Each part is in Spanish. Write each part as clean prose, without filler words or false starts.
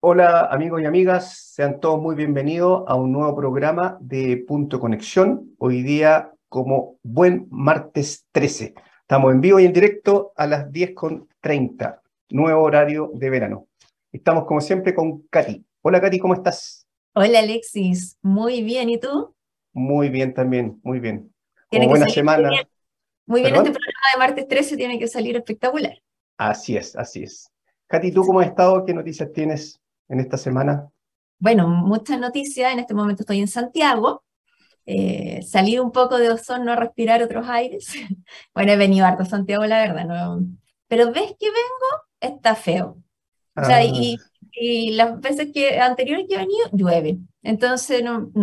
Hola amigos y amigas, sean todos muy bienvenidos a un nuevo programa de Punto Conexión. Hoy día como buen martes 13. Estamos en vivo y en directo a las 10:30, nuevo horario de verano. Estamos como siempre con Katy. Hola Katy, ¿cómo estás? Hola Alexis, muy bien, ¿y tú? Muy bien también, muy bien. Como Tiene que buena salir muy bien. semana, Muy bien este ¿perdón? programa de martes 13, tiene que salir espectacular. Así es, así es. Katy, ¿tú cómo has estado? ¿Qué noticias tienes en esta semana? Bueno, muchas noticias, en este momento estoy en Santiago, salí un poco de Osorno a respirar otros aires. Bueno, he venido harto a Santiago, la verdad, no, pero ves que vengo, está feo. O sea, Ah. y las veces anteriores que he venido, llueve. Entonces,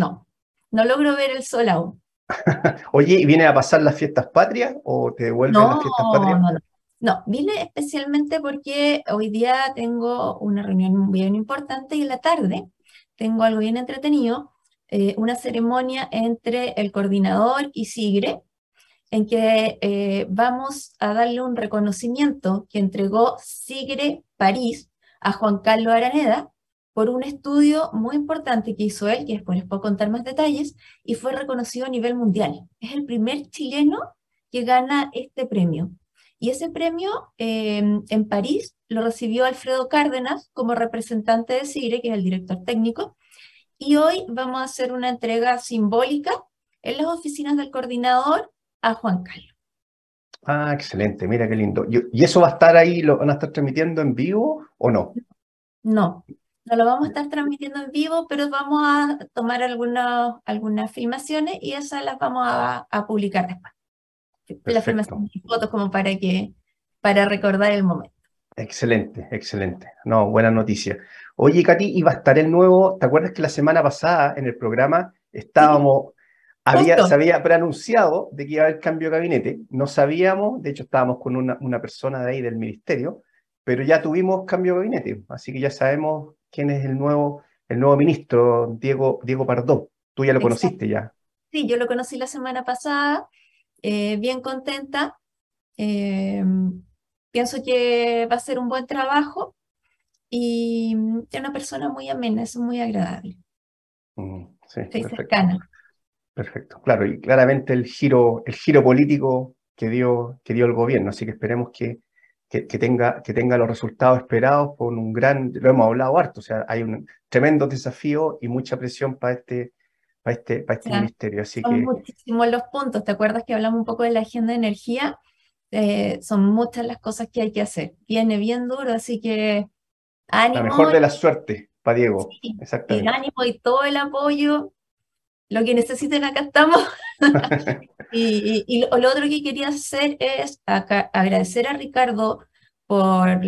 no logro ver el sol aún. Oye, ¿y vienes a pasar las fiestas patrias o te devuelves las No, fiestas patrias? no, no. No, vine especialmente porque hoy día tengo una reunión bien importante y en la tarde tengo algo bien entretenido, una ceremonia entre el coordinador y Sigre, en que vamos a darle un reconocimiento que entregó Sigre París a Juan Carlos Araneda por un estudio muy importante que hizo él, que después les puedo contar más detalles, y fue reconocido a nivel mundial. Es el primer chileno que gana este premio. Y ese premio en París lo recibió Alfredo Cárdenas como representante de Sigre, que es el director técnico, y hoy vamos a hacer una entrega simbólica en las oficinas del coordinador a Juan Carlos. Ah, excelente, mira qué lindo. ¿Y eso va a estar ahí, lo van a estar transmitiendo en vivo o no? No, no lo vamos a estar transmitiendo en vivo, pero vamos a tomar algunas filmaciones y esas las vamos a publicar después. Las Perfecto, filmaciones y fotos como para recordar el momento. excelente, excelente. No, buena noticia. Oye, Katy, iba a estar el nuevo, ¿te acuerdas que la semana pasada en el programa Sí, se justo. había preanunciado de que iba a haber cambio de gabinete? No sabíamos, de hecho estábamos con una persona de ahí del ministerio, pero ya tuvimos cambio de gabinete, así que ya sabemos quién es el nuevo ministro, Diego Pardó. Tú ya lo Exacto. conociste ya. Sí, yo lo conocí la semana pasada, bien contenta. eh, Pienso que va a ser un buen trabajo y es una persona muy amena, es muy agradable, Sí, sí, perfecto. cercana. Perfecto, claro, y claramente el giro político que dio el gobierno, así que esperemos que tenga los resultados esperados con lo hemos hablado harto, o sea, hay un tremendo desafío y mucha presión para este Sea, ministerio, así son que muchísimos los puntos. ¿Te acuerdas que hablamos un poco de la agenda de energía? Son muchas las cosas que hay que hacer. Viene bien duro, así que la mejor ánimo de la suerte para Diego, y exactamente. ánimo y todo el apoyo. Lo que necesiten, acá estamos. Y lo otro que quería hacer es agradecer a Ricardo por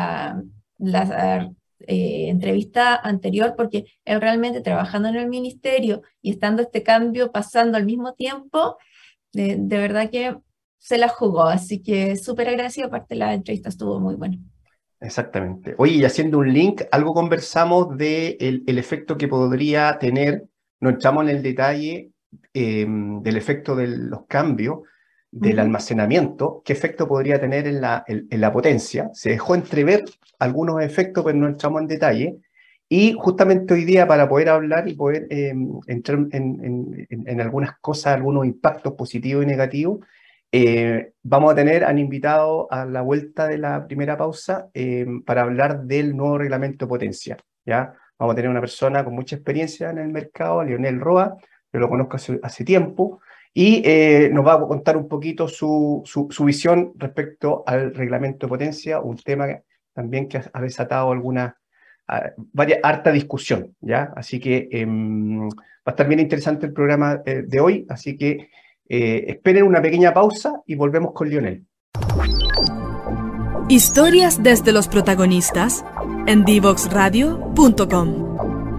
la entrevista anterior, porque él realmente trabajando en el ministerio y estando este cambio pasando al mismo tiempo, de verdad que se la jugó, así que súper agradecida, aparte la entrevista estuvo muy buena. Exactamente. Oye, y haciendo un link, algo conversamos de el efecto que podría tener, no entramos en el detalle del efecto de los cambios, del Ujú. almacenamiento, qué efecto podría tener en la potencia. Se dejó entrever algunos efectos, pero no entramos en detalle. Y justamente hoy día, para poder hablar y poder entrar en algunas cosas, algunos impactos positivos y negativos, han invitado a la vuelta de la primera pausa para hablar del nuevo reglamento de potencia, ¿ya? Vamos a tener una persona con mucha experiencia en el mercado, Lionel Roa, yo lo conozco hace tiempo, y nos va a contar un poquito su visión respecto al reglamento de potencia, un tema también que ha desatado harta discusión, ¿ya? Así que va a estar bien interesante el programa de hoy, así que esperen una pequeña pausa y volvemos con Lionel. Historias desde los protagonistas en divoxradio.com.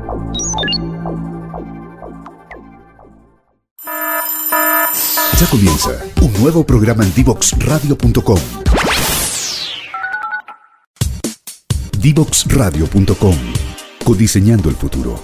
Ya comienza un nuevo programa en divoxradio.com. Divoxradio.com. Codiseñando el futuro.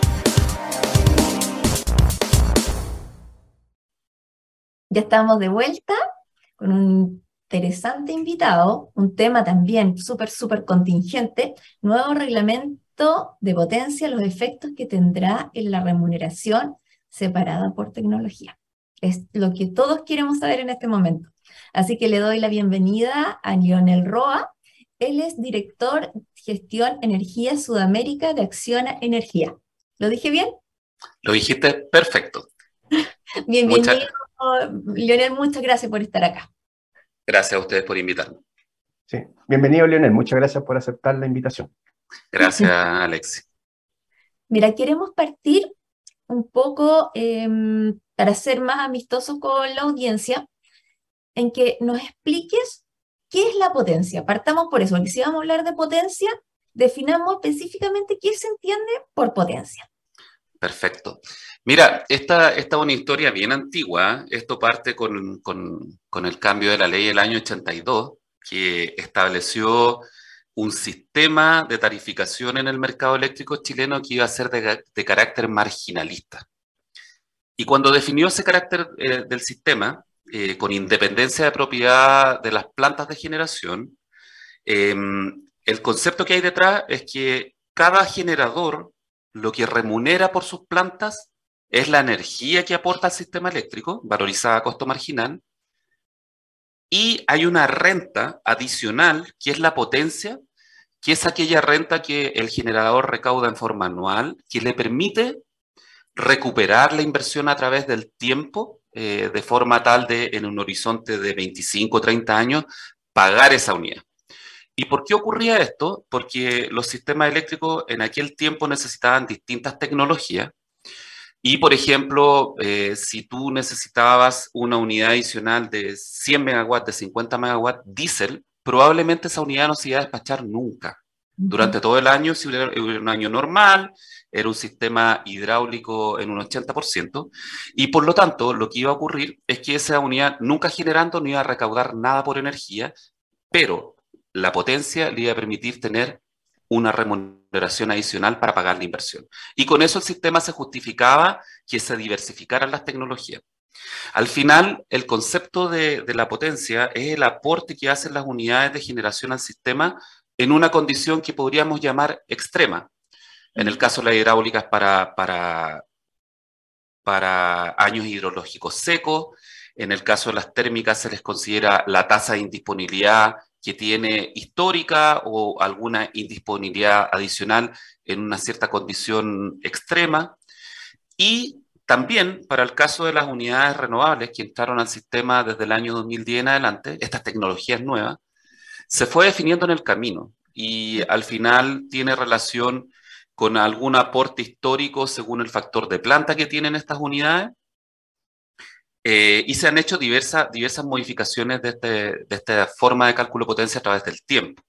Ya estamos de vuelta con un interesante invitado, un tema también súper contingente, nuevo reglamento efecto de potencia, los efectos que tendrá en la remuneración separada por tecnología. Es lo que todos queremos saber en este momento. Así que le doy la bienvenida a Lionel Roa. Él es director de Gestión Energía Sudamérica de Acciona Energía. ¿Lo dije bien? Lo dijiste perfecto. Bienvenido, Lionel, muchas gracias por estar acá. Gracias a ustedes por invitarme. Sí. Bienvenido, Lionel. Muchas gracias por aceptar la invitación. Gracias, Alexi. Mira, queremos partir un poco para ser más amistosos con la audiencia, en que nos expliques qué es la potencia. Partamos por eso, porque si vamos a hablar de potencia, definamos específicamente qué se entiende por potencia. Perfecto. Mira, esta es una historia bien antigua. Esto parte con el cambio de la ley del año 82, que estableció un sistema de tarificación en el mercado eléctrico chileno que iba a ser de carácter marginalista. Y cuando definió ese carácter del sistema, con independencia de propiedad de las plantas de generación, el concepto que hay detrás es que cada generador lo que remunera por sus plantas es la energía que aporta al sistema eléctrico, valorizada a costo marginal, y hay una renta adicional, que es la potencia, que es aquella renta que el generador recauda en forma anual, que le permite recuperar la inversión a través del tiempo, de forma tal de, en un horizonte de 25 o 30 años, pagar esa unidad. ¿Y por qué ocurría esto? Porque los sistemas eléctricos en aquel tiempo necesitaban distintas tecnologías. Y, por ejemplo, si tú necesitabas una unidad adicional de 100 megawatts, de 50 megawatts diésel, probablemente esa unidad no se iba a despachar nunca. Durante todo el año, si era un año normal, era un sistema hidráulico en un 80%, y por lo tanto, lo que iba a ocurrir es que esa unidad, nunca generando, no iba a recaudar nada por energía, pero la potencia le iba a permitir tener una remuneración adicional para pagar la inversión. Y con eso el sistema se justificaba que se diversificaran las tecnologías. Al final, el concepto de la potencia es el aporte que hacen las unidades de generación al sistema en una condición que podríamos llamar extrema. En el caso de las hidráulicas para años hidrológicos secos. En el caso de las térmicas se les considera la tasa de indisponibilidad que tiene histórica o alguna indisponibilidad adicional en una cierta condición extrema. Y también para el caso de las unidades renovables que entraron al sistema desde el año 2010 en adelante, estas tecnologías nuevas, se fue definiendo en el camino y al final tiene relación con algún aporte histórico según el factor de planta que tienen estas unidades. Y se han hecho diversas modificaciones de esta forma de cálculo de potencia a través del tiempo.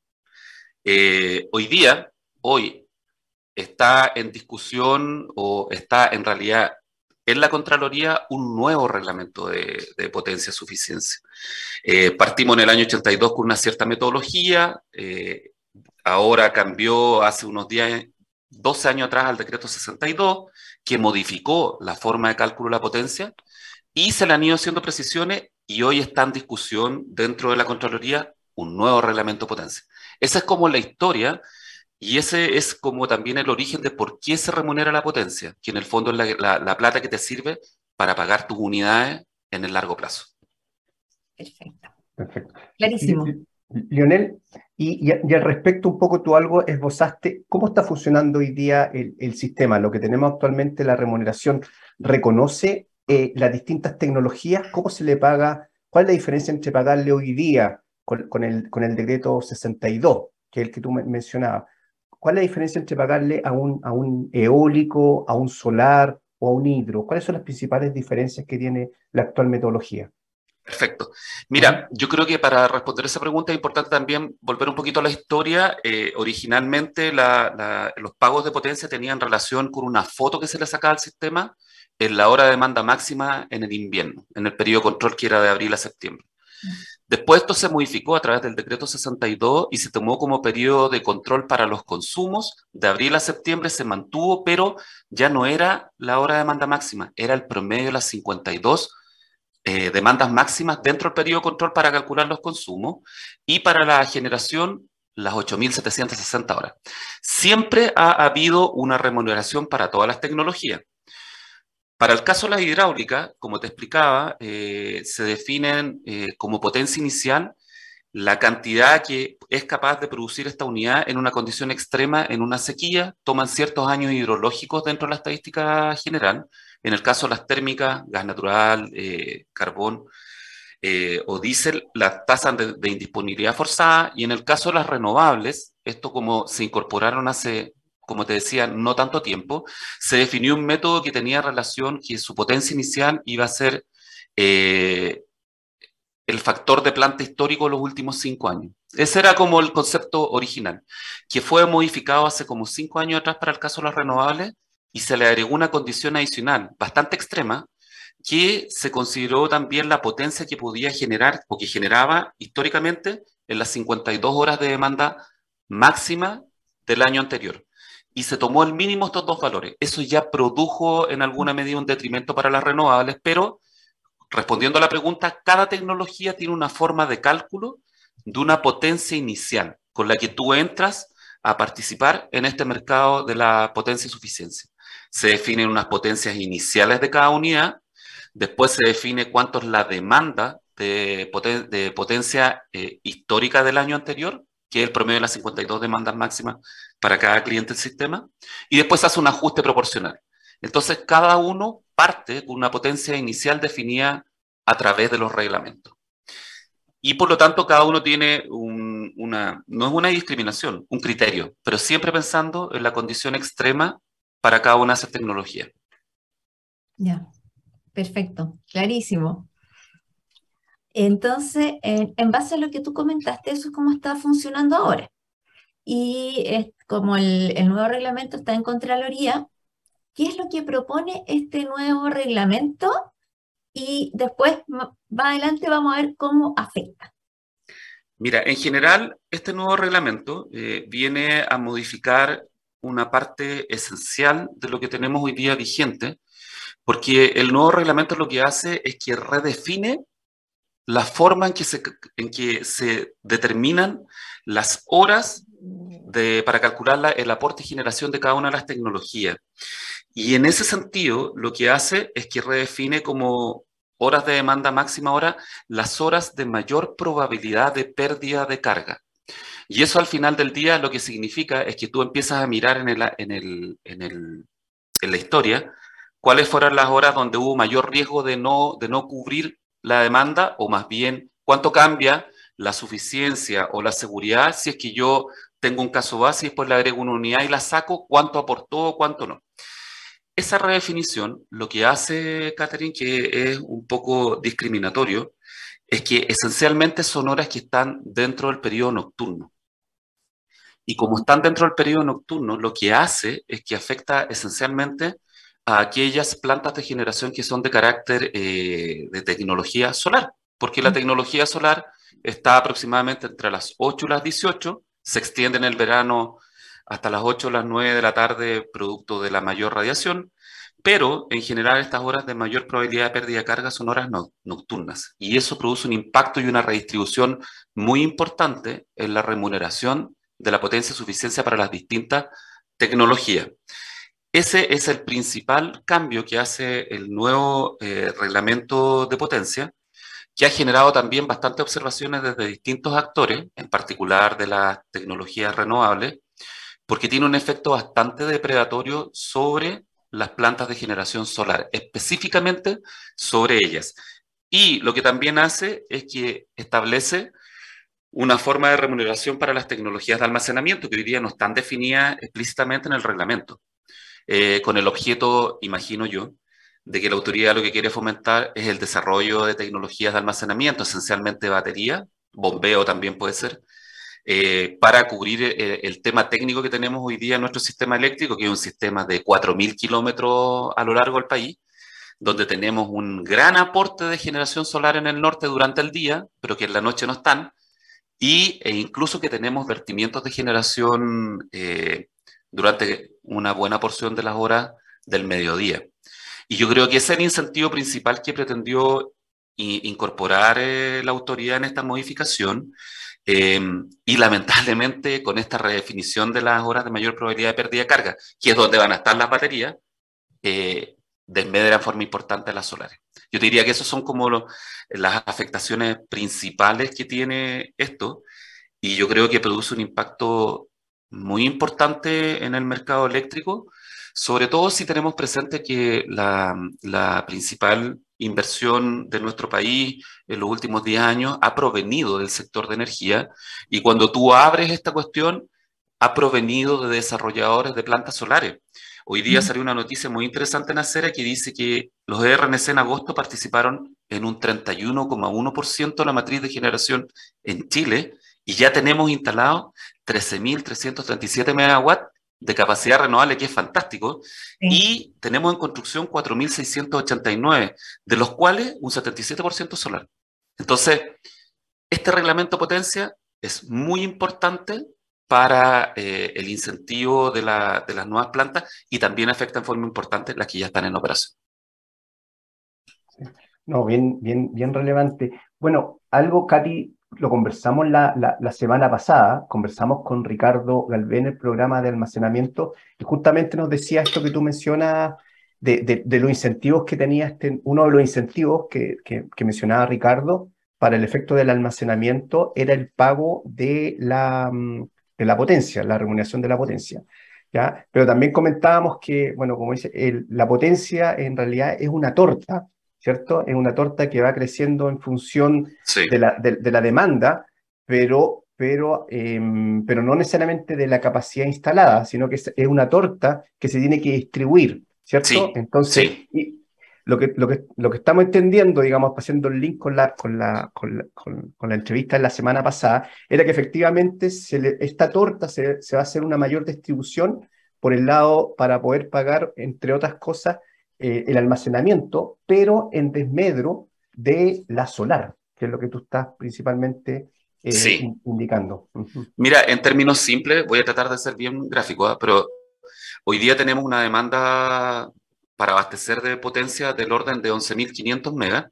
Hoy está en discusión o está en realidad en la Contraloría un nuevo reglamento de potencia y suficiencia. Partimos en el año 82 con una cierta metodología, ahora cambió hace unos 12 años atrás al decreto 62, que modificó la forma de cálculo de la potencia, y se le han ido haciendo precisiones y hoy está en discusión dentro de la Contraloría un nuevo reglamento de potencia. Esa es como la historia y ese es como también el origen de por qué se remunera la potencia, que en el fondo es la plata que te sirve para pagar tus unidades en el largo plazo. Perfecto. Perfecto. Clarísimo. Lionel, y al respecto un poco tú algo esbozaste, ¿cómo está funcionando hoy día el sistema? Lo que tenemos actualmente, la remuneración, ¿reconoce las distintas tecnologías? ¿Cómo se le paga? ¿Cuál es la diferencia entre pagarle hoy día con el decreto 62, que es el que tú mencionabas? ¿Cuál es la diferencia entre pagarle a un eólico, a un solar o a un hidro? ¿Cuáles son las principales diferencias que tiene la actual metodología? Perfecto. Mira, yo creo que para responder esa pregunta es importante también volver un poquito a la historia. Originalmente los pagos de potencia tenían relación con una foto que se le sacaba al sistema en la hora de demanda máxima en el invierno, en el periodo de control que era de abril a septiembre. Después esto se modificó a través del decreto 62 y se tomó como periodo de control para los consumos. De abril a septiembre se mantuvo, pero ya no era la hora de demanda máxima, era el promedio de las 52 demandas máximas dentro del periodo de control para calcular los consumos, y para la generación las 8.760 horas. Siempre ha habido una remuneración para todas las tecnologías. Para el caso de la hidráulica, como te explicaba, se definen como potencia inicial la cantidad que es capaz de producir esta unidad en una condición extrema, en una sequía. Toman ciertos años hidrológicos dentro de la estadística general. En el caso de las térmicas, gas natural, carbón o diésel, las tasas de indisponibilidad forzada. Y en el caso de las renovables, esto como se incorporaron hace, como te decía, no tanto tiempo, se definió un método que tenía relación, que su potencia inicial iba a ser el factor de planta histórico de los últimos 5 años. Ese era como el concepto original, que fue modificado hace como 5 años atrás para el caso de las renovables, y se le agregó una condición adicional bastante extrema, que se consideró también la potencia que podía generar, o que generaba históricamente, en las 52 horas de demanda máxima del año anterior. Y se tomó el mínimo estos dos valores. Eso ya produjo en alguna medida un detrimento para las renovables, pero respondiendo a la pregunta, cada tecnología tiene una forma de cálculo de una potencia inicial con la que tú entras a participar en este mercado de la potencia y suficiencia. Se definen unas potencias iniciales de cada unidad, después se define cuánto es la demanda de potencia histórica del año anterior, que es el promedio de las 52 demandas máximas para cada cliente del sistema, y después se hace un ajuste proporcional. Entonces, cada uno parte con una potencia inicial definida a través de los reglamentos. Y por lo tanto, cada uno tiene no es una discriminación, un criterio, pero siempre pensando en la condición extrema para cada una de esas tecnologías. Ya, perfecto, clarísimo. Entonces, en base a lo que tú comentaste, eso es como está funcionando ahora. Y es como el nuevo reglamento está en Contraloría, ¿qué es lo que propone este nuevo reglamento? Y después, más adelante, vamos a ver cómo afecta. Mira, en general, este nuevo reglamento viene a modificar una parte esencial de lo que tenemos hoy día vigente, porque el nuevo reglamento lo que hace es que redefine la forma en que se determinan las horas para calcular el aporte y generación de cada una de las tecnologías. Y en ese sentido, lo que hace es que redefine como horas de demanda máxima ahora las horas de mayor probabilidad de pérdida de carga. Y eso al final del día lo que significa es que tú empiezas a mirar en la historia cuáles fueron las horas donde hubo mayor riesgo de no cubrir la demanda, o más bien cuánto cambia la suficiencia o la seguridad si es que yo tengo un caso base y después le agrego una unidad y la saco, cuánto aportó o cuánto no. Esa redefinición lo que hace, Catherine, que es un poco discriminatorio, es que esencialmente son horas que están dentro del periodo nocturno. Y como están dentro del periodo nocturno, lo que hace es que afecta esencialmente a aquellas plantas de generación que son de carácter de tecnología solar, porque la tecnología solar está aproximadamente entre las 8 y las 18, se extiende en el verano hasta las 8 o las 9 de la tarde, producto de la mayor radiación, pero en general estas horas de mayor probabilidad de pérdida de carga son horas nocturnas, y eso produce un impacto y una redistribución muy importante en la remuneración de la potencia y suficiencia para las distintas tecnologías. Ese es el principal cambio que hace el nuevo reglamento de potencia, que ha generado también bastantes observaciones desde distintos actores, en particular de las tecnologías renovables, porque tiene un efecto bastante depredatorio sobre las plantas de generación solar, específicamente sobre ellas. Y lo que también hace es que establece una forma de remuneración para las tecnologías de almacenamiento que hoy día no están definidas explícitamente en el reglamento, con el objeto, imagino yo, de que la autoridad lo que quiere fomentar es el desarrollo de tecnologías de almacenamiento, esencialmente batería, bombeo también puede ser, para cubrir el tema técnico que tenemos hoy día en nuestro sistema eléctrico, que es un sistema de 4.000 kilómetros a lo largo del país, donde tenemos un gran aporte de generación solar en el norte durante el día, pero que en la noche no están, e incluso que tenemos vertimientos de generación durante una buena porción de las horas del mediodía. Y yo creo que ese es el incentivo principal que pretendió incorporar la autoridad en esta modificación, Y lamentablemente con esta redefinición de las horas de mayor probabilidad de pérdida de carga, que es donde van a estar las baterías, desmedra en forma importante las solares. Yo te diría que esas son como las afectaciones principales que tiene esto, y yo creo que produce un impacto muy importante en el mercado eléctrico, sobre todo si tenemos presente que la principal inversión de nuestro país en los últimos 10 años ha provenido del sector de energía, y cuando tú abres esta cuestión, ha provenido de desarrolladores de plantas solares. Hoy día salió una noticia muy interesante en Acera que dice que los RNC en agosto participaron en un 31,1% de la matriz de generación en Chile, y ya tenemos instalados 13.337 megawatts de capacidad renovable, que es fantástico, y tenemos en construcción 4.689, de los cuales un 77% solar. Entonces, este reglamento potencia es muy importante para el incentivo de las nuevas plantas, y también afecta en forma importante las que ya están en operación. No, bien relevante. Bueno, algo, Katy, lo conversamos la semana pasada, conversamos con Ricardo Galvé en el programa de almacenamiento, y justamente nos decía esto que tú mencionas de los incentivos que tenía uno de los incentivos que mencionaba Ricardo para el efecto del almacenamiento era el pago de la potencia, la remuneración de la potencia. ¿Ya? Pero también comentábamos que, bueno, como dice, la potencia en realidad es una torta, ¿cierto? Es una torta que va creciendo en función de la demanda, pero no necesariamente de la capacidad instalada, sino que es una torta que se tiene que distribuir, ¿cierto? Sí, entonces, y lo que estamos entendiendo, digamos, haciendo el link con la entrevista de la semana pasada, era que efectivamente esta torta se va a hacer una mayor distribución por el lado para poder pagar, entre otras cosas, el almacenamiento, pero en desmedro de la solar, que es lo que tú estás principalmente indicando. Mira, en términos simples, voy a tratar de ser bien gráfico, pero hoy día tenemos una demanda para abastecer de potencia del orden de 11.500 megas,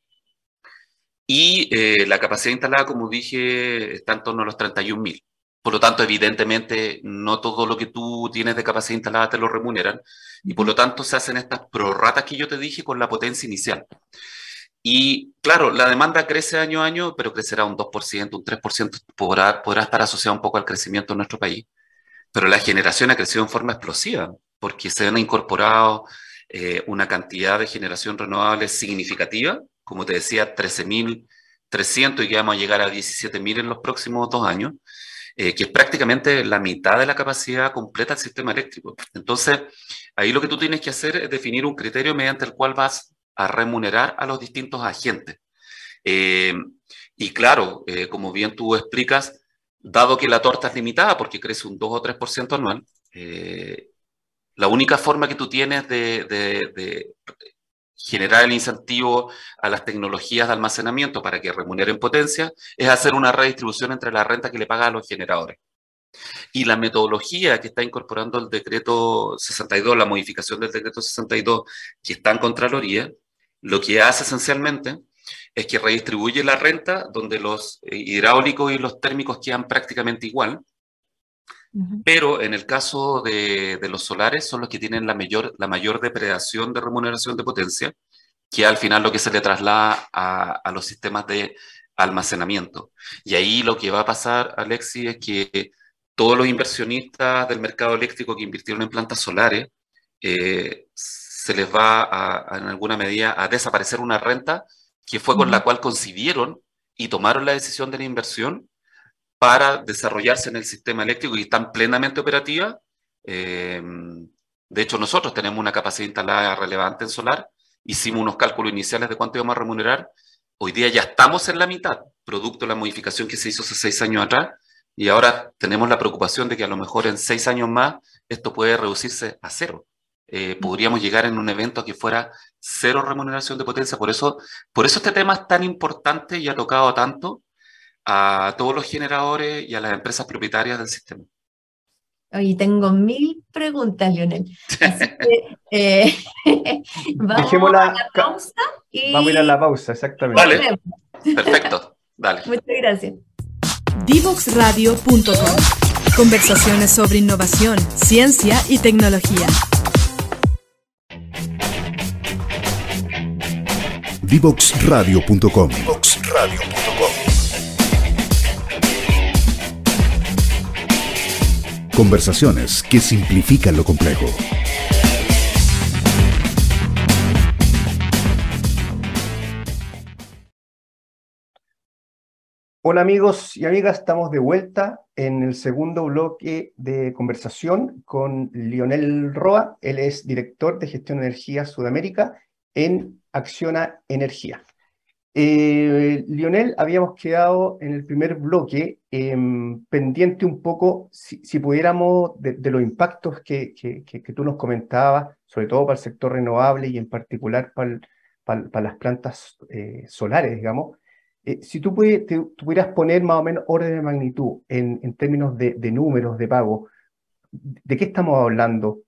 y la capacidad instalada, como dije, está en torno a los 31.000. Por lo tanto, evidentemente, no todo lo que tú tienes de capacidad instalada te lo remuneran, y por lo tanto se hacen estas prorratas que yo te dije con la potencia inicial. Y claro, la demanda crece año a año, pero crecerá un 2%, un 3%, podrá estar asociado un poco al crecimiento en nuestro país. Pero la generación ha crecido en forma explosiva, porque se han incorporado una cantidad de generación renovable significativa, como te decía, 13.300, y que vamos a llegar a 17.000 en los próximos 2 años, que es prácticamente la mitad de la capacidad completa del sistema eléctrico. Entonces, ahí lo que tú tienes que hacer es definir un criterio mediante el cual vas a remunerar a los distintos agentes. Y claro, como bien tú explicas, dado que la torta es limitada porque crece un 2 o 3% anual, la única forma que tú tienes de generar el incentivo a las tecnologías de almacenamiento para que remuneren potencia es hacer una redistribución entre la renta que le paga a los generadores. Y la metodología que está incorporando el decreto 62, la modificación del decreto 62 que está en Contraloría, lo que hace esencialmente es que redistribuye la renta donde los hidráulicos y los térmicos quedan prácticamente igual, pero en el caso de los solares son los que tienen la mayor depredación de remuneración de potencia, que al final lo que se le traslada a los sistemas de almacenamiento. Y ahí lo que va a pasar, Alexis, es que todos los inversionistas del mercado eléctrico que invirtieron en plantas solares, se les va en alguna medida a desaparecer una renta que fue con la cual concibieron y tomaron la decisión de la inversión para desarrollarse en el sistema eléctrico, y están plenamente operativas. De hecho, nosotros tenemos una capacidad instalada relevante en solar, hicimos unos cálculos iniciales de cuánto íbamos a remunerar, hoy día ya estamos en la mitad, producto de la modificación que se hizo hace 6 años atrás, y ahora tenemos la preocupación de que a lo mejor en 6 años más esto puede reducirse a 0. Podríamos llegar en un evento a que fuera 0 remuneración de potencia. Por eso este tema es tan importante y ha tocado tanto a todos los generadores y a las empresas propietarias del sistema. Oye, tengo 1000 preguntas, Lionel. Así que vamos a la pausa. Vamos a ir a la pausa, exactamente. Vale, perfecto, dale. Muchas gracias. divoxradio.com. Conversaciones sobre innovación, ciencia y tecnología. divoxradio.com. Conversaciones que simplifican lo complejo. Hola amigos y amigas, estamos de vuelta en el segundo bloque de conversación con Lionel Roa. Él es director de Gestión de Energía Sudamérica en Acciona Energía. Lionel, habíamos quedado en el primer bloque pendiente un poco, si pudiéramos, de los impactos que tú nos comentabas, sobre todo para el sector renovable y en particular para las plantas solares, digamos. Si tú pudieras poner más o menos orden de magnitud en términos de números de pago, ¿de qué estamos hablando?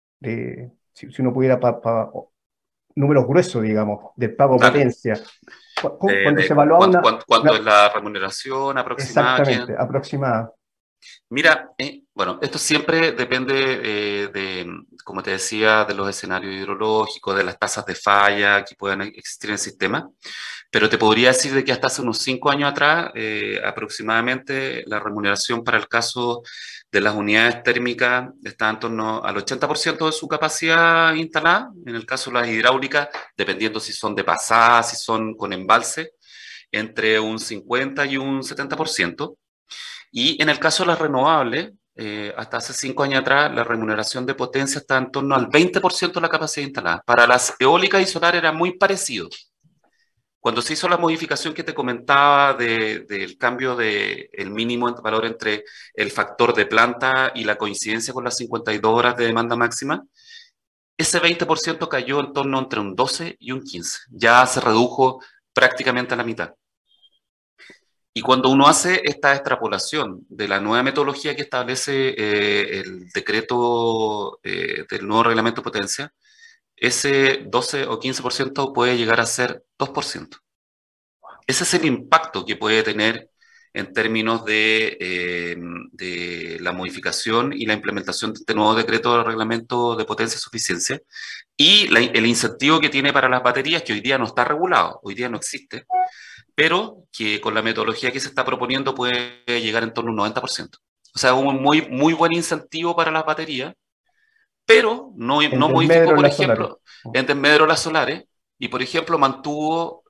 Si uno pudiera, números gruesos, digamos, del pago potencia. Cuando se evalúa ¿Cuánto es la remuneración aproximada? Exactamente, aproximada. Mira, bueno, esto siempre depende como te decía, de los escenarios hidrológicos, de las tasas de falla que puedan existir en el sistema, pero te podría decir de que hasta hace unos 5 años atrás, aproximadamente la remuneración para el caso de las unidades térmicas está en torno al 80% de su capacidad instalada. En el caso de las hidráulicas, dependiendo si son de pasada, si son con embalse, entre un 50 y un 70%. Y en el caso de las renovables, hasta hace 5 años atrás, la remuneración de potencia está en torno al 20% de la capacidad instalada. Para las eólicas y solares era muy parecido. Cuando se hizo la modificación que te comentaba del cambio del mínimo en valor entre el factor de planta y la coincidencia con las 52 horas de demanda máxima, ese 20% cayó en torno entre un 12 y un 15. Ya se redujo prácticamente a la mitad. Y cuando uno hace esta extrapolación de la nueva metodología que establece el decreto del nuevo reglamento de potencia, ese 12 o 15% puede llegar a ser 2%. Ese es el impacto que puede tener en términos de la modificación y la implementación de este nuevo decreto de reglamento de potencia y suficiencia, y el incentivo que tiene para las baterías, que hoy día no está regulado, hoy día no existe, pero que con la metodología que se está proponiendo puede llegar en torno a un 90%. O sea, un muy buen incentivo para las baterías, pero no modificó, por ejemplo, en desmedro las solares, y por ejemplo mantuvo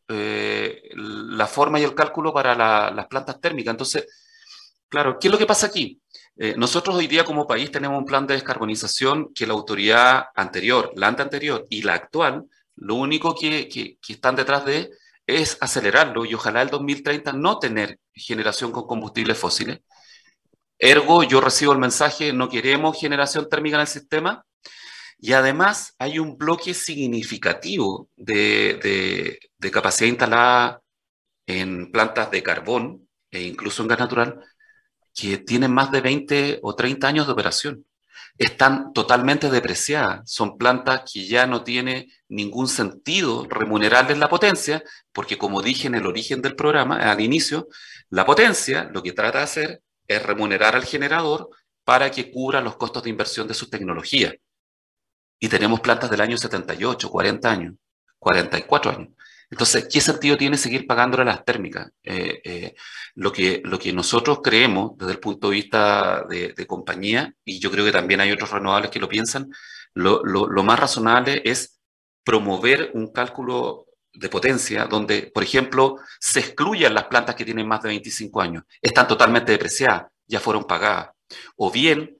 la forma y el cálculo para las plantas térmicas. Entonces, claro, ¿qué es lo que pasa aquí? Nosotros hoy día como país tenemos un plan de descarbonización que la autoridad anterior, la anterior y la actual, lo único que están detrás de es acelerarlo y ojalá el 2030 no tener generación con combustibles fósiles. Ergo, yo recibo el mensaje, no queremos generación térmica en el sistema, y además hay un bloque significativo de capacidad instalada en plantas de carbón e incluso en gas natural que tienen más de 20 o 30 años de operación. Están totalmente depreciadas, son plantas que ya no tiene ningún sentido remunerarles la potencia, porque como dije en el origen del programa, al inicio, la potencia lo que trata de hacer es remunerar al generador para que cubra los costos de inversión de sus tecnologías. Y tenemos plantas del año 78, 40 años, 44 años. Entonces, ¿qué sentido tiene seguir pagándole a las térmicas? Lo que nosotros creemos desde el punto de vista de compañía, y yo creo que también hay otros renovables que lo piensan, lo más razonable es promover un cálculo de potencia donde, por ejemplo, se excluyan las plantas que tienen más de 25 años. Están totalmente depreciadas, ya fueron pagadas. O bien,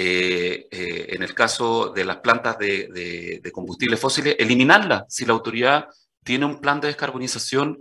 en el caso de las plantas de combustibles fósiles, eliminarlas si la autoridad tiene un plan de descarbonización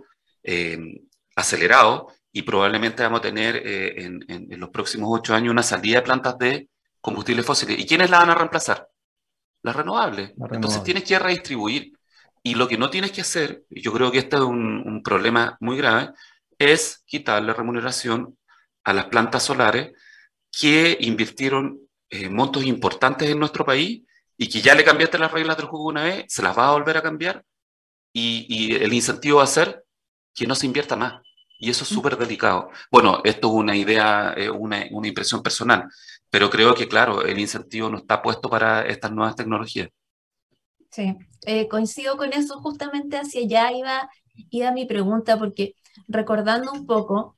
acelerado, y probablemente vamos a tener en los próximos 8 años una salida de plantas de combustibles fósiles. ¿Y quiénes la van a reemplazar? Las renovables. Entonces tienes que redistribuir. Y lo que no tienes que hacer, y yo creo que este es un problema muy grave, es quitarle remuneración a las plantas solares que invirtieron montos importantes en nuestro país y que ya le cambiaste las reglas del juego una vez, se las va a volver a cambiar, y el incentivo va a ser que no se invierta más. Y eso es súper delicado. Bueno, esto es una idea, una impresión personal, pero creo que, claro, el incentivo no está puesto para estas nuevas tecnologías. Sí, coincido con eso, justamente hacia allá iba mi pregunta, porque recordando un poco,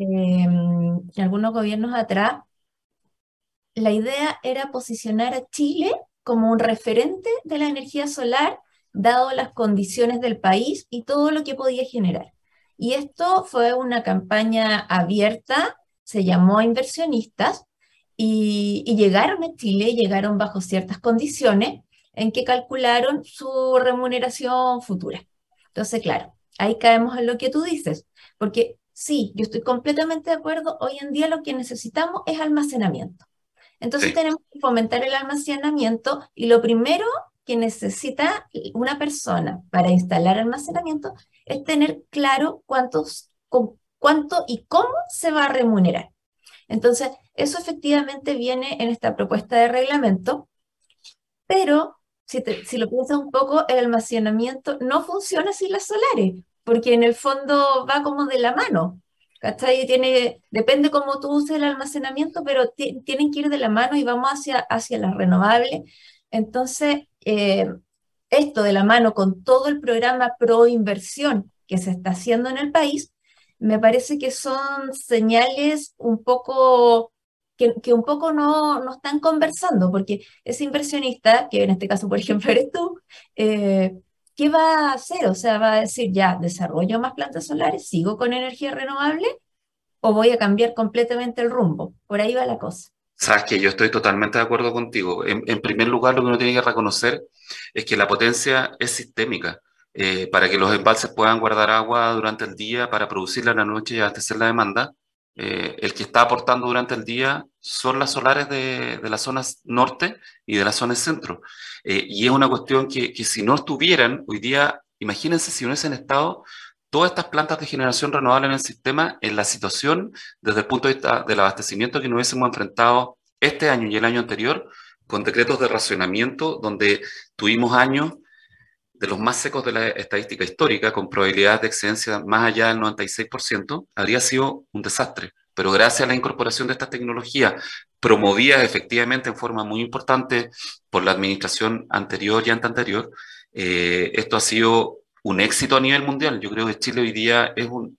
algunos gobiernos atrás, la idea era posicionar a Chile como un referente de la energía solar, dado las condiciones del país y todo lo que podía generar. Y esto fue una campaña abierta, se llamó a inversionistas y llegaron a Chile, llegaron bajo ciertas condiciones en que calcularon su remuneración futura. Entonces, claro, ahí caemos en lo que tú dices, porque sí, yo estoy completamente de acuerdo, hoy en día lo que necesitamos es almacenamiento. Entonces Sí. tenemos que fomentar el almacenamiento y lo primero que necesita una persona para instalar almacenamiento es tener claro cuánto y cómo se va a remunerar. Entonces, eso efectivamente viene en esta propuesta de reglamento, pero si lo piensas un poco, el almacenamiento no funciona sin las solares, porque en el fondo va como de la mano. ¿Cachai? Depende cómo tú uses el almacenamiento, pero tienen que ir de la mano y vamos hacia las renovables. Entonces, esto de la mano con todo el programa pro inversión que se está haciendo en el país, me parece que son señales un poco que un poco no están conversando, porque ese inversionista, que en este caso, por ejemplo, eres tú, ¿qué va a hacer? O sea, va a decir, ya, desarrollo más plantas solares, sigo con energía renovable o voy a cambiar completamente el rumbo. Por ahí va la cosa. Sabes que yo estoy totalmente de acuerdo contigo. En primer lugar, lo que uno tiene que reconocer es que la potencia es sistémica. Para que los embalses puedan guardar agua durante el día para producirla en la noche y abastecer la demanda, el que está aportando durante el día son las solares de las zonas norte y de las zonas centro. Y es una cuestión que si no estuvieran hoy día, imagínense si no hubiesen estado todas estas plantas de generación renovable en el sistema, en la situación desde el punto de vista del abastecimiento que nos hubiésemos enfrentado este año y el año anterior, con decretos de racionamiento, donde tuvimos años de los más secos de la estadística histórica, con probabilidades de excedencia más allá del 96%, habría sido un desastre. Pero gracias a la incorporación de estas tecnologías, promovidas efectivamente en forma muy importante por la administración anterior y anterior, esto ha sido un éxito a nivel mundial. Yo creo que Chile hoy día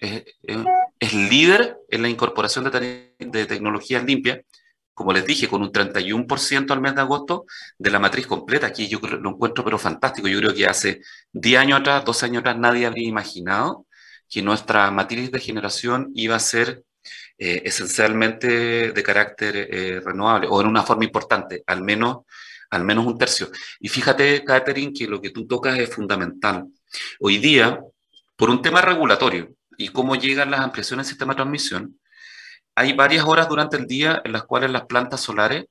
es líder en la incorporación de tecnologías limpias, como les dije, con un 31% al mes de agosto de la matriz completa. Aquí yo lo encuentro pero fantástico. Yo creo que hace 10 años atrás, 12 años atrás, nadie habría imaginado que nuestra matriz de generación iba a ser esencialmente de carácter renovable, o en una forma importante, al menos un tercio. Y fíjate, Catherine, que lo que tú tocas es fundamental. Hoy día, por un tema regulatorio y cómo llegan las ampliaciones del sistema de transmisión, hay varias horas durante el día en las cuales las plantas solares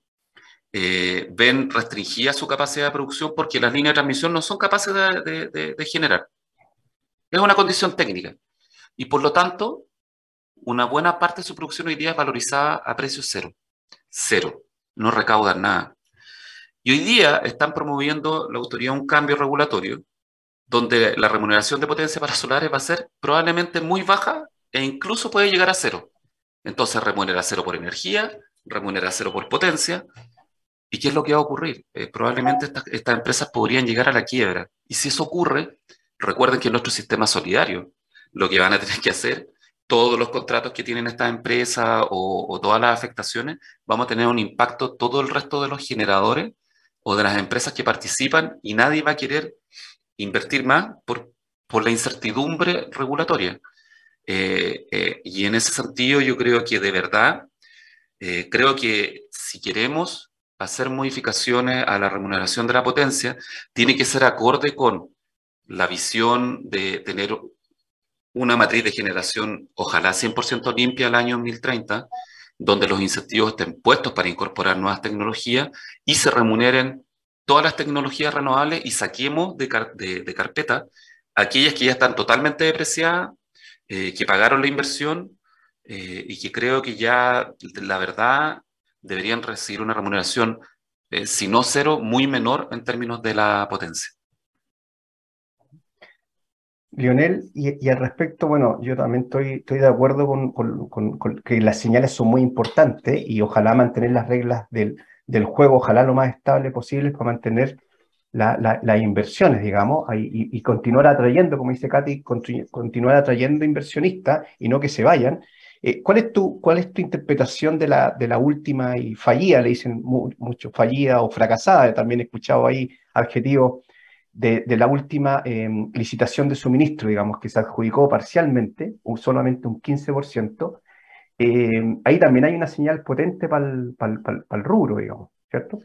ven restringida su capacidad de producción porque las líneas de transmisión no son capaces de generar. Es una condición técnica. Y por lo tanto, una buena parte de su producción hoy día es valorizada a precio cero. Cero. No recaudan nada. Y hoy día están promoviendo la autoridad un cambio regulatorio donde la remuneración de potencia para solares va a ser probablemente muy baja e incluso puede llegar a cero. Entonces remunera cero por energía, remunera cero por potencia. ¿Y qué es lo que va a ocurrir? Probablemente estas empresas podrían llegar a la quiebra. Y si eso ocurre, recuerden que en nuestro sistema solidario, lo que van a tener que hacer, todos los contratos que tienen estas empresas o todas las afectaciones, vamos a tener un impacto todo el resto de los generadores o de las empresas que participan y nadie va a querer invertir más por la incertidumbre regulatoria. Y en ese sentido yo creo que de verdad, creo que si queremos hacer modificaciones a la remuneración de la potencia, tiene que ser acorde con la visión de tener una matriz de generación, ojalá 100% limpia al año 2030, donde los incentivos estén puestos para incorporar nuevas tecnologías y se remuneren todas las tecnologías renovables y saquemos de carpeta aquellas que ya están totalmente depreciadas, que pagaron la inversión y que creo que ya, la verdad, deberían recibir una remuneración, si no cero, muy menor en términos de la potencia. Lionel, y al respecto, bueno, yo también estoy de acuerdo con que las señales son muy importantes y ojalá mantener las reglas del juego, ojalá lo más estable posible para mantener las inversiones, digamos, y continuar atrayendo, como dice Katy, continuar atrayendo inversionistas y no que se vayan. ¿Cuál es tu interpretación de la última y fallida, le dicen mucho, fallida o fracasada? También he escuchado ahí adjetivos de la última licitación de suministro, digamos, que se adjudicó parcialmente, solamente un 15%. Ahí también hay una señal potente para el rubro, digamos, ¿cierto?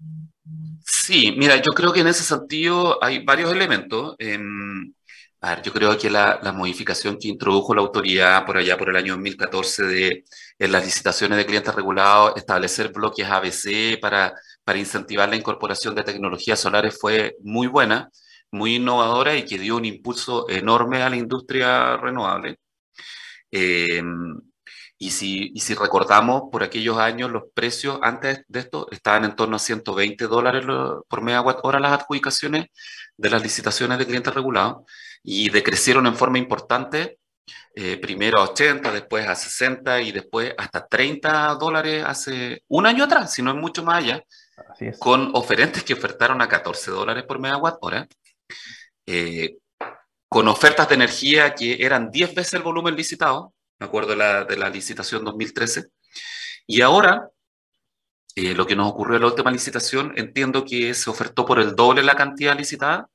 Sí, mira, yo creo que en ese sentido hay varios elementos. A ver, yo creo que la modificación que introdujo la autoridad por allá por el año 2014 en las licitaciones de clientes regulados, establecer bloques ABC para incentivar la incorporación de tecnologías solares fue muy buena, muy innovadora y que dio un impulso enorme a la industria renovable. Eh, y si recordamos, por aquellos años los precios antes de esto estaban en torno a $120 por megawatt hora las adjudicaciones de las licitaciones de clientes regulados y decrecieron en forma importante, primero a 80, después a 60 y después hasta $30 hace un año atrás, si no es mucho más allá, Así es. con oferentes que ofertaron a $14 por megawatt hora, eh, con ofertas de energía que eran 10 veces el volumen licitado. Me acuerdo de la licitación 2013. Y ahora, lo que nos ocurrió en la última licitación, entiendo que se ofertó por el doble la cantidad licitada,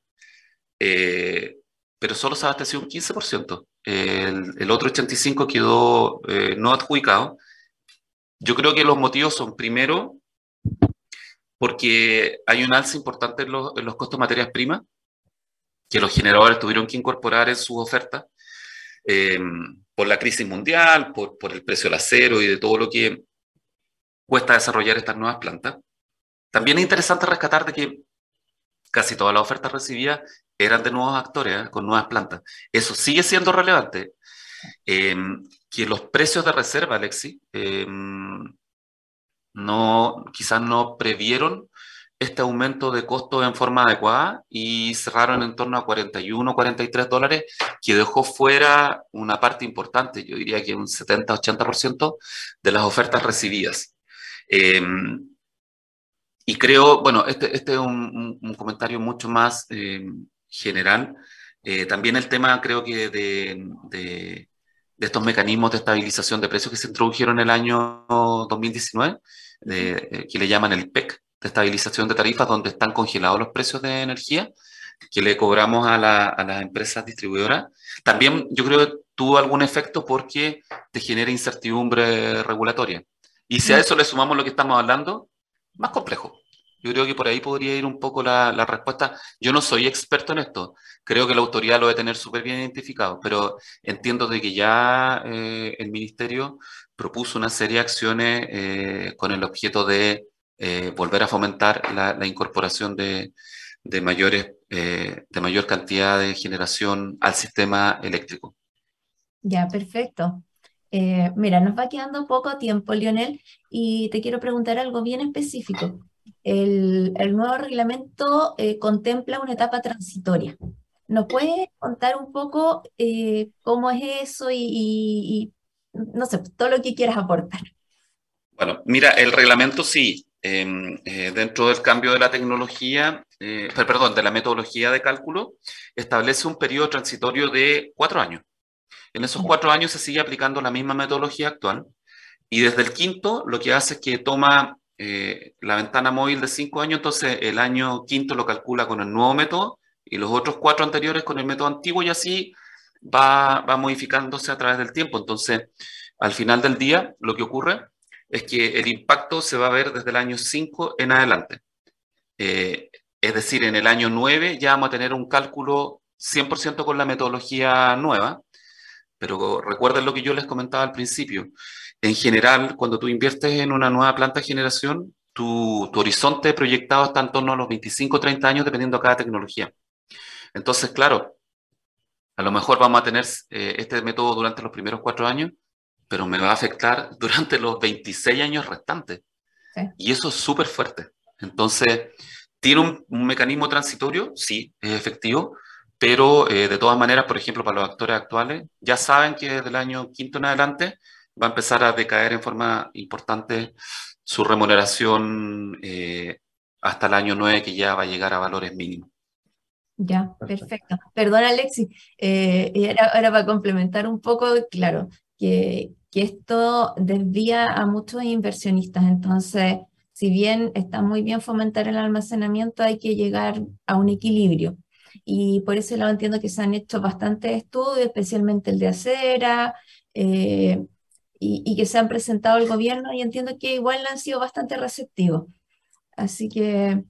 eh, pero solo se abasteció un 15%. El otro 85% quedó no adjudicado. Yo creo que los motivos son, primero, porque hay un alza importante en los costos de materias primas, que los generadores tuvieron que incorporar en sus ofertas, eh, por la crisis mundial, por el precio del acero y de todo lo que cuesta desarrollar estas nuevas plantas. También es interesante rescatar de que casi todas las ofertas recibidas eran de nuevos actores, con nuevas plantas. Eso sigue siendo relevante. Eh, que los precios de reserva, Alexi, quizás no previeron este aumento de costos en forma adecuada y cerraron en torno a $41, $43, que dejó fuera una parte importante, yo diría que un 70-80% de las ofertas recibidas. Eh, y creo, bueno, este es un comentario mucho más general. También el tema, creo que de estos mecanismos de estabilización de precios que se introdujeron en el año 2019, que le llaman el PEC, de estabilización de tarifas, donde están congelados los precios de energía que le cobramos a las empresas distribuidoras. También yo creo que tuvo algún efecto porque te genera incertidumbre regulatoria. Y si a eso le sumamos lo que estamos hablando, más complejo. Yo creo que por ahí podría ir un poco la respuesta. Yo no soy experto en esto. Creo que la autoridad lo debe tener súper bien identificado, pero entiendo de que ya el ministerio propuso una serie de acciones con el objeto de volver a fomentar la incorporación de mayor cantidad de generación al sistema eléctrico. Ya, perfecto. Mira, nos va quedando poco tiempo, Lionel, y te quiero preguntar algo bien específico. El nuevo reglamento contempla una etapa transitoria. ¿Nos puedes contar un poco cómo es eso y no sé, todo lo que quieras aportar? Bueno, mira, el reglamento sí, dentro del cambio de la tecnología, perdón, de la metodología de cálculo, establece un periodo transitorio de 4 años. En esos 4 años se sigue aplicando la misma metodología actual y desde el quinto lo que hace es que toma la ventana móvil de 5 años, entonces el año quinto lo calcula con el nuevo método y los otros 4 anteriores con el método antiguo y así va modificándose a través del tiempo. Entonces, al final del día, lo que ocurre es que el impacto se va a ver desde el año 5 en adelante. Es decir, en el año 9 ya vamos a tener un cálculo 100% con la metodología nueva, pero recuerden lo que yo les comentaba al principio. En general, cuando tú inviertes en una nueva planta de generación, tu horizonte proyectado está en torno a los 25 o 30 años, dependiendo de cada tecnología. Entonces, claro, a lo mejor vamos a tener este método durante los primeros 4 años, pero me va a afectar durante los 26 años restantes. Sí. Y eso es súper fuerte. Entonces, ¿tiene un mecanismo transitorio? Sí, es efectivo, pero de todas maneras, por ejemplo, para los actores actuales, ya saben que desde el año quinto en adelante va a empezar a decaer en forma importante su remuneración hasta el año 9, que ya va a llegar a valores mínimos. Ya, perfecto. Perdón, Alexis, y era para complementar un poco, claro, que esto desvía a muchos inversionistas. Entonces, si bien está muy bien fomentar el almacenamiento, hay que llegar a un equilibrio. Y por ese lado entiendo que se han hecho bastantes estudios, especialmente el de Acera, y que se han presentado al gobierno, y entiendo que igual han sido bastante receptivos. Así que,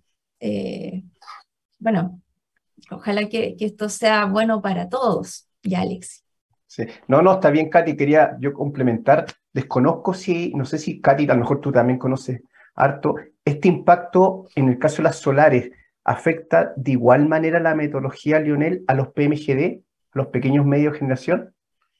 bueno. Ojalá que esto sea bueno para todos, ya, Alex. Sí. No, no, está bien, Katy, quería yo complementar. Desconozco si, no sé si, Katy, a lo mejor tú también conoces harto, este impacto en el caso de las solares, ¿afecta de igual manera la metodología, Lionel, a los PMGD, los pequeños medios de generación?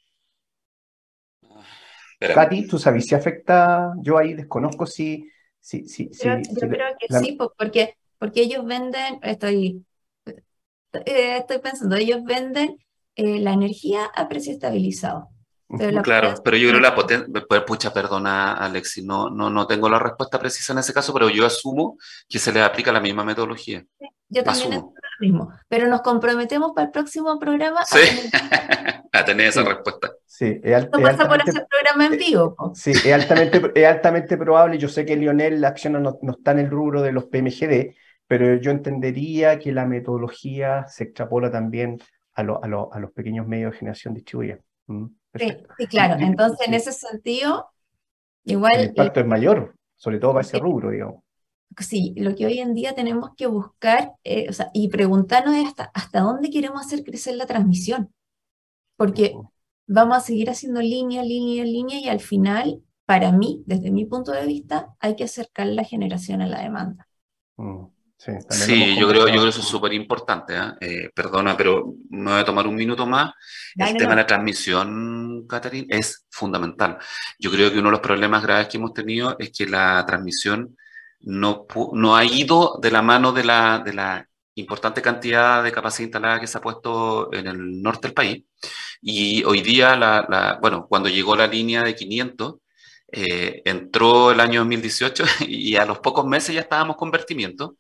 Espérame. Katy, ¿tú sabes si afecta? Yo ahí desconozco Yo creo que sí, porque ellos venden, estoy pensando, ellos venden la energía a precio estabilizado. Pero Claro, pero yo creo la potencia, pucha, perdona, Alexis, no tengo la respuesta precisa en ese caso, pero yo asumo que se le aplica la misma metodología. Yo también asumo lo mismo, pero nos comprometemos para el próximo programa sí, a tener esa respuesta. Sí, esto pasa por hacer programa en vivo. Sí, es altamente probable. Yo sé que Lionel, la acción no está en el rubro de los PMGD, pero yo entendería que la metodología se extrapola también a los pequeños medios de generación distribuida. Sí, claro. Entonces, en ese sentido, igual... El impacto es mayor, sobre todo para ese rubro, digamos. Sí, lo que hoy en día tenemos que buscar y preguntarnos es hasta dónde queremos hacer crecer la transmisión. Porque vamos a seguir haciendo línea, y al final, para mí, desde mi punto de vista, hay que acercar la generación a la demanda. Sí, yo creo que eso es súper importante. Perdona, pero me voy a tomar un minuto más. El tema de la transmisión, Catherine, es fundamental. Yo creo que uno de los problemas graves que hemos tenido es que la transmisión no ha ido de la mano de la importante cantidad de capacidad instalada que se ha puesto en el norte del país. Y hoy día, bueno, cuando llegó la línea de 500, entró el año 2018 y a los pocos meses ya estábamos con vertimiento.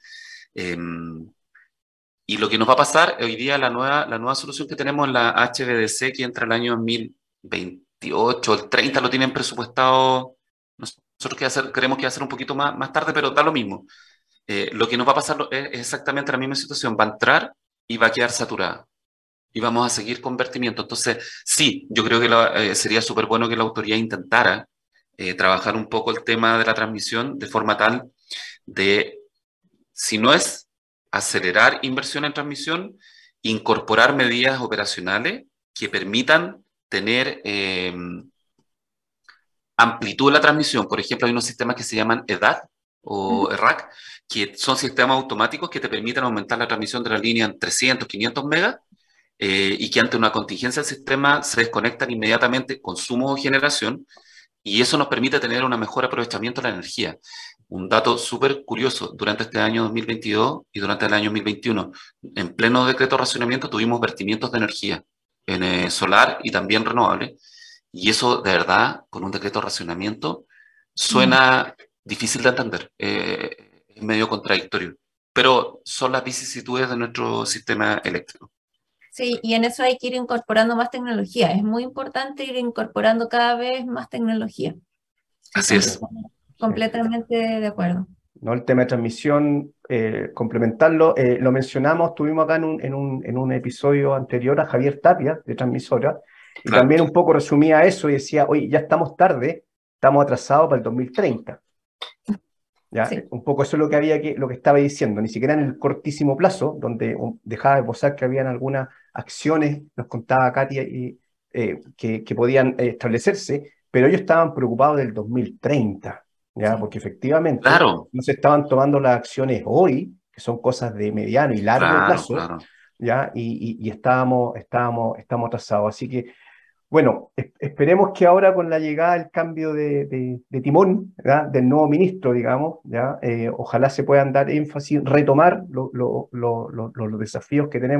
Y lo que nos va a pasar hoy día, la nueva solución que tenemos en la HVDC, que entra el año 2028, el 30 lo tienen presupuestado. Nosotros queremos que va a ser un poquito más tarde, pero da lo mismo. Lo que nos va a pasar es exactamente la misma situación. Va a entrar y va a quedar saturada. Y vamos a seguir con vertimiento. Entonces, sí, yo creo que sería súper bueno que la autoridad intentara trabajar un poco el tema de la transmisión de forma tal de, si no es acelerar inversión en transmisión, incorporar medidas operacionales que permitan tener amplitud de la transmisión. Por ejemplo, hay unos sistemas que se llaman EDAC o ERAC, que son sistemas automáticos que te permiten aumentar la transmisión de la línea en 300, 500 megas, y que ante una contingencia del sistema se desconectan inmediatamente consumo o generación, y eso nos permite tener un mejor aprovechamiento de la energía. Un dato súper curioso, durante este año 2022 y durante el año 2021, en pleno decreto de racionamiento tuvimos vertimientos de energía en solar y también renovable, y eso de verdad, con un decreto de racionamiento, suena difícil de entender, es medio contradictorio, pero son las vicisitudes de nuestro sistema eléctrico. Sí, y en eso hay que ir incorporando más tecnología. Es muy importante ir incorporando cada vez más tecnología. Así es. Completamente de acuerdo. ¿No? El tema de transmisión, complementarlo, lo mencionamos, tuvimos acá en un episodio anterior a Javier Tapia, de Transmisora, y claro, también un poco resumía eso y decía, oye, ya estamos tarde, estamos atrasados para el 2030. ¿Ya? Sí. Un poco eso es lo que estaba diciendo, ni siquiera en el cortísimo plazo, donde dejaba de esbozar que habían algunas acciones, nos contaba Katia, que podían establecerse, pero ellos estaban preocupados del 2030, ¿ya? Porque efectivamente no se estaban tomando las acciones hoy, que son cosas de mediano y largo plazo, ¿ya? Y estamos atrasados. Así que, bueno, esperemos que ahora con la llegada del cambio de timón, ¿ya? Del nuevo ministro, digamos, ¿ya? Ojalá se puedan dar énfasis, retomar los desafíos que tenemos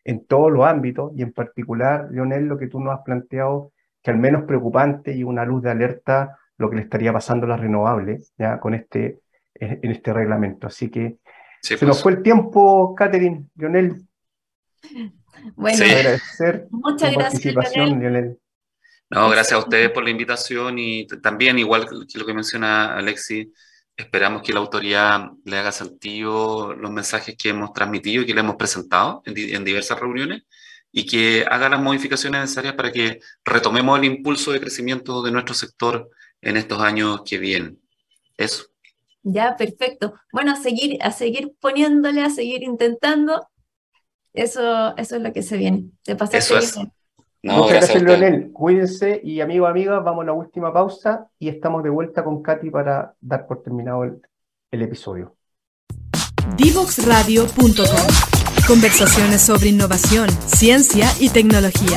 en todos los ámbitos, y en particular, Leonel, lo que tú nos has planteado, que al menos preocupante y una luz de alerta lo que le estaría pasando a las renovables, ya con en este reglamento. Así que Sí, se nos pues. fue el tiempo, Catherine. Leonel, Bueno, Sí. agradecer muchas tu gracias, participación, Leonel. Leonel. No, gracias a ustedes Excelente. por la invitación y también, igual que lo que menciona Alexis, esperamos que la autoridad le haga sentido los mensajes que hemos transmitido y que le hemos presentado en diversas reuniones y que haga las modificaciones necesarias para que retomemos el impulso de crecimiento de nuestro sector en estos años que vienen. Eso. Ya, perfecto. Bueno, a seguir poniéndole, a seguir intentando. Eso es lo que se viene. Te pasaste Eso bien. es. No, Muchas gracias a gracias, ustedes. Leonel. Cuídense y amigos, amigas, vamos a la última pausa y estamos de vuelta con Katy para dar por terminado el episodio. Divoxradio.com. Conversaciones sobre innovación, ciencia y tecnología.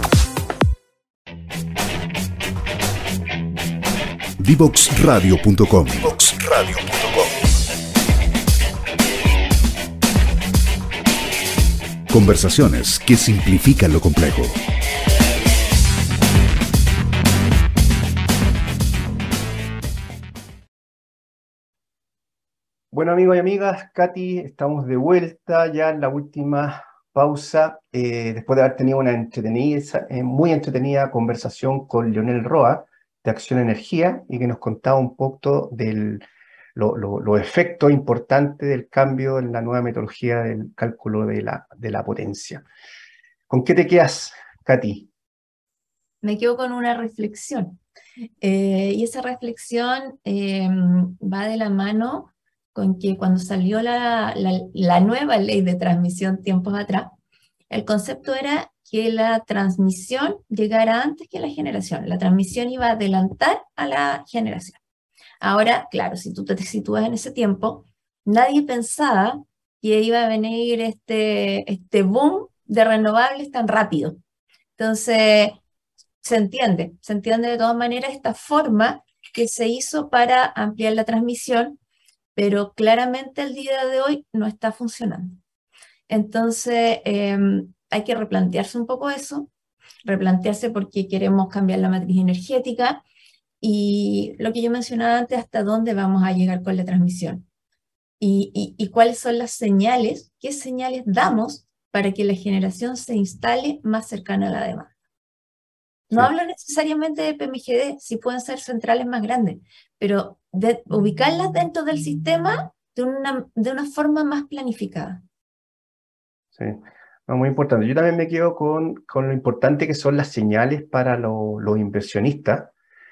Divoxradio.com. Conversaciones que simplifican lo complejo. Bueno, amigos y amigas, Katy, estamos de vuelta ya en la última pausa, después de haber tenido una muy entretenida conversación con Leonel Roa de Acción Energía y que nos contaba un poco los efectos importantes del cambio en la nueva metodología del cálculo de la potencia. ¿Con qué te quedas, Katy? Me quedo con una reflexión. Y esa reflexión va de la mano con que cuando salió la nueva ley de transmisión tiempos atrás, el concepto era que la transmisión llegara antes que la generación. La transmisión iba a adelantar a la generación. Ahora, claro, si tú te sitúas en ese tiempo, nadie pensaba que iba a venir este boom de renovables tan rápido. Entonces, se entiende de todas maneras esta forma que se hizo para ampliar la transmisión, pero claramente el día de hoy no está funcionando. Entonces, hay que replantearse un poco eso, replantearse porque queremos cambiar la matriz energética y lo que yo mencionaba antes, hasta dónde vamos a llegar con la transmisión y cuáles son las señales, qué señales damos para que la generación se instale más cercana a la demanda. No Sí. hablo necesariamente de PMGD, sí pueden ser centrales más grandes, pero de ubicarlas dentro del sistema de una forma más planificada. Sí, no, muy importante. Yo también me quedo con lo importante que son las señales para los inversionistas,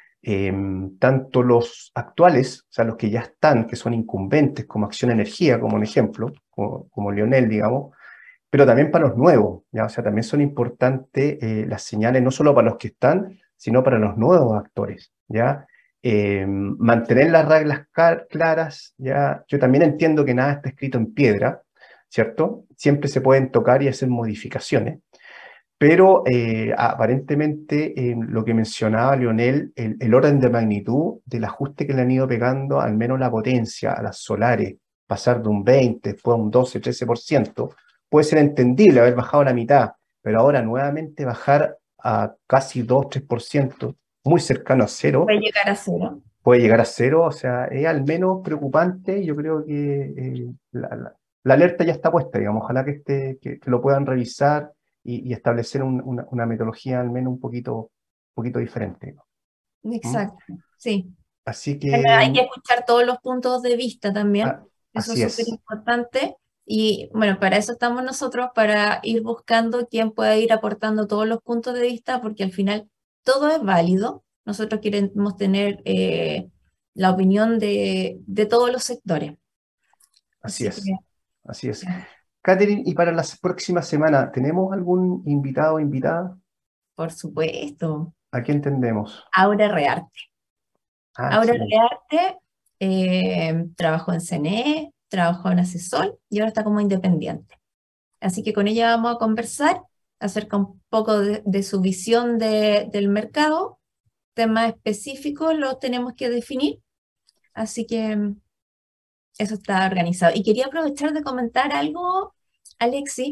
tanto los actuales, o sea, los que ya están, que son incumbentes, como Acción Energía, como un ejemplo, como Leonel, digamos, pero también para los nuevos, ¿ya? O sea, también son importantes las señales, no solo para los que están, sino para los nuevos actores, ¿ya? Mantener las reglas claras, ¿ya? Yo también entiendo que nada está escrito en piedra, ¿cierto? Siempre se pueden tocar y hacer modificaciones, pero aparentemente lo que mencionaba Leonel, el orden de magnitud del ajuste que le han ido pegando, al menos la potencia a las solares, pasar de un 20, después a un 12, 13%, puede ser entendible haber bajado a la mitad, pero ahora nuevamente bajar a casi 2, 3%, muy cercano a cero, Puede llegar a cero. puede llegar a cero, o sea, es al menos preocupante. Yo creo que la alerta ya está puesta, digamos, ojalá que lo puedan revisar y establecer una metodología al menos un poquito diferente. ¿Mm? Exacto, sí. Así Bueno, que hay que escuchar todos los puntos de vista también, eso es así súper es, importante. Y bueno, para eso estamos nosotros, para ir buscando quién pueda ir aportando todos los puntos de vista, porque al final todo es válido. Nosotros queremos tener la opinión de todos los sectores. así Así que, es, así es. Catherine, y para la próxima semana, ¿tenemos algún invitado o invitada? por supuesto, ¿A quién tendremos? Aura Rearte. Ah, Aura excelente. Rearte trabajó en CNE, trabajó en Asesol y ahora está como independiente. Así que con ella vamos a conversar acerca un poco de su visión del mercado. Temas específicos los tenemos que definir. Así que eso está organizado. Y quería aprovechar de comentar algo, Alexi,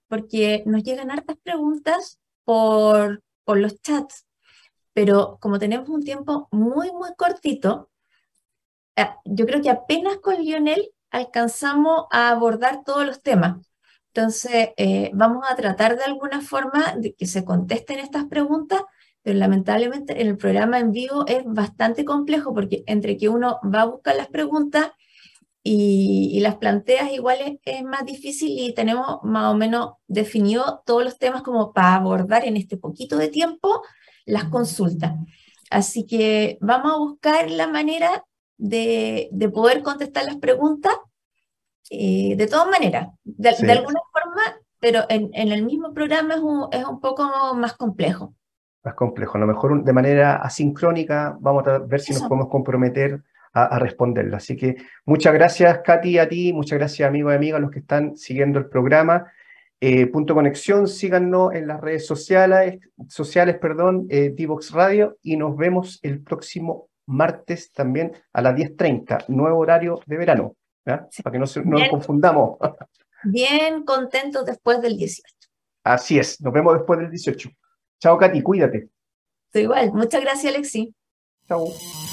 porque nos llegan hartas preguntas por los chats, pero como tenemos un tiempo muy, muy cortito, yo creo que apenas con Lionel alcanzamos a abordar todos los temas. Entonces, vamos a tratar de alguna forma de que se contesten estas preguntas, pero lamentablemente en el programa en vivo es bastante complejo porque entre que uno va a buscar las preguntas y las planteas igual es más difícil y tenemos más o menos definido todos los temas como para abordar en este poquito de tiempo las consultas. Así que vamos a buscar la manera de poder contestar las preguntas de todas maneras, de alguna forma, pero en el mismo programa es un poco más complejo. Más complejo. A lo mejor de manera asincrónica vamos a ver si nos podemos comprometer a responderla. Así que muchas gracias, Katy, a ti, muchas gracias, amigos y amigas, a los que están siguiendo el programa. Punto Conexión, síganos en las redes sociales, Divox Radio, y nos vemos el próximo martes también a las 10:30, nuevo horario de verano, ¿ya? Sí. Para que no nos confundamos. Bien contentos después del 18. Así es, nos vemos después del 18. Chao, Katy, cuídate. Estoy igual, muchas gracias, Alexi. Chao.